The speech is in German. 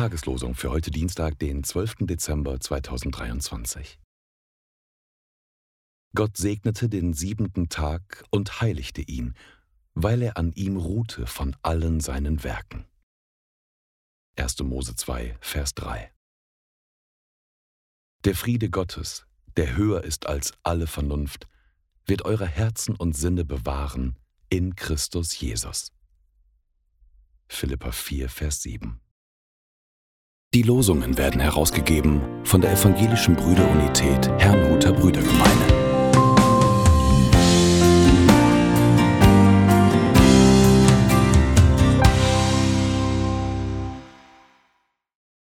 Tageslosung für heute Dienstag, den 12. Dezember 2023. Gott segnete den 7. Tag und heiligte ihn, weil er an ihm ruhte von allen seinen Werken. 1. Mose 2, Vers 3. Der Friede Gottes, der höher ist als alle Vernunft, wird eure Herzen und Sinne bewahren in Christus Jesus. Philipper 4, Vers 7. Die Losungen werden herausgegeben von der Evangelischen Brüderunität Herrnhuter Brüdergemeine.